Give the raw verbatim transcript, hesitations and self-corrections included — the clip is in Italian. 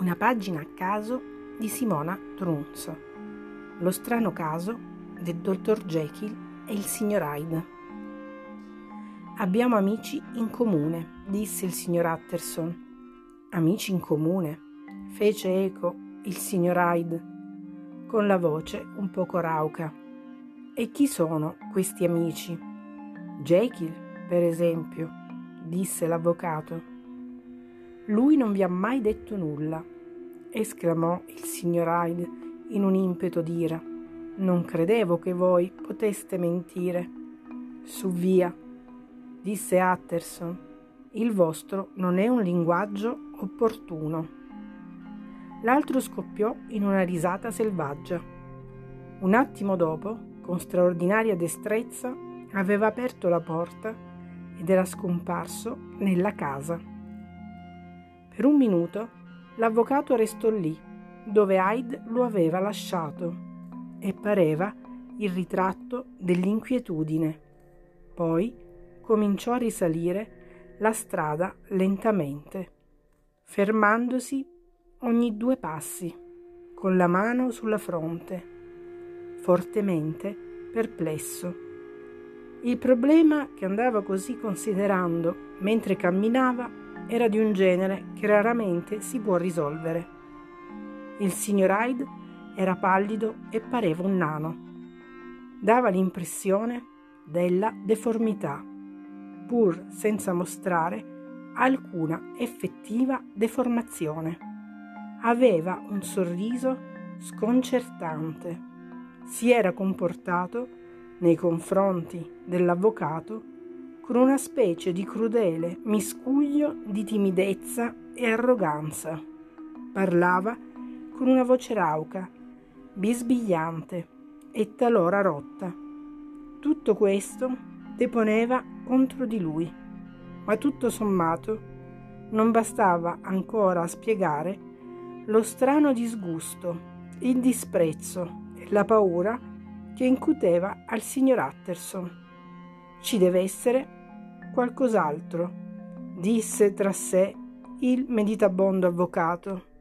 Una pagina a caso di Simona Trunzo. Lo strano caso del dottor Jekyll e il signor Hyde. Abbiamo amici in comune, disse il signor Utterson. Amici in comune, fece eco il signor Hyde, con la voce un poco rauca. E chi sono questi amici? Jekyll, per esempio, disse l'avvocato. Lui non vi ha mai detto nulla, esclamò il signor Hyde in un impeto d'ira. Non credevo che voi poteste mentire. Su via, disse Utterson, il vostro non è un linguaggio opportuno. L'altro scoppiò in una risata selvaggia. Un attimo dopo, con straordinaria destrezza, aveva aperto la porta ed era scomparso nella casa. Per un minuto l'avvocato restò lì, dove Hyde lo aveva lasciato, e pareva il ritratto dell'inquietudine. Poi cominciò a risalire la strada lentamente, fermandosi ogni due passi, con la mano sulla fronte, fortemente perplesso. Il problema che andava così considerando mentre camminava era di un genere che raramente si può risolvere. Il signor Hyde era pallido e pareva un nano. Dava l'impressione della deformità, pur senza mostrare alcuna effettiva deformazione. Aveva un sorriso sconcertante. Si era comportato nei confronti dell'avvocato con una specie di crudele miscuglio di timidezza e arroganza. Parlava con una voce rauca, bisbigliante e talora rotta. Tutto questo deponeva contro di lui, ma tutto sommato non bastava ancora a spiegare lo strano disgusto, il disprezzo e la paura che incuteva al signor Utterson. Ci deve essere qualcos'altro, disse tra sé il meditabondo avvocato.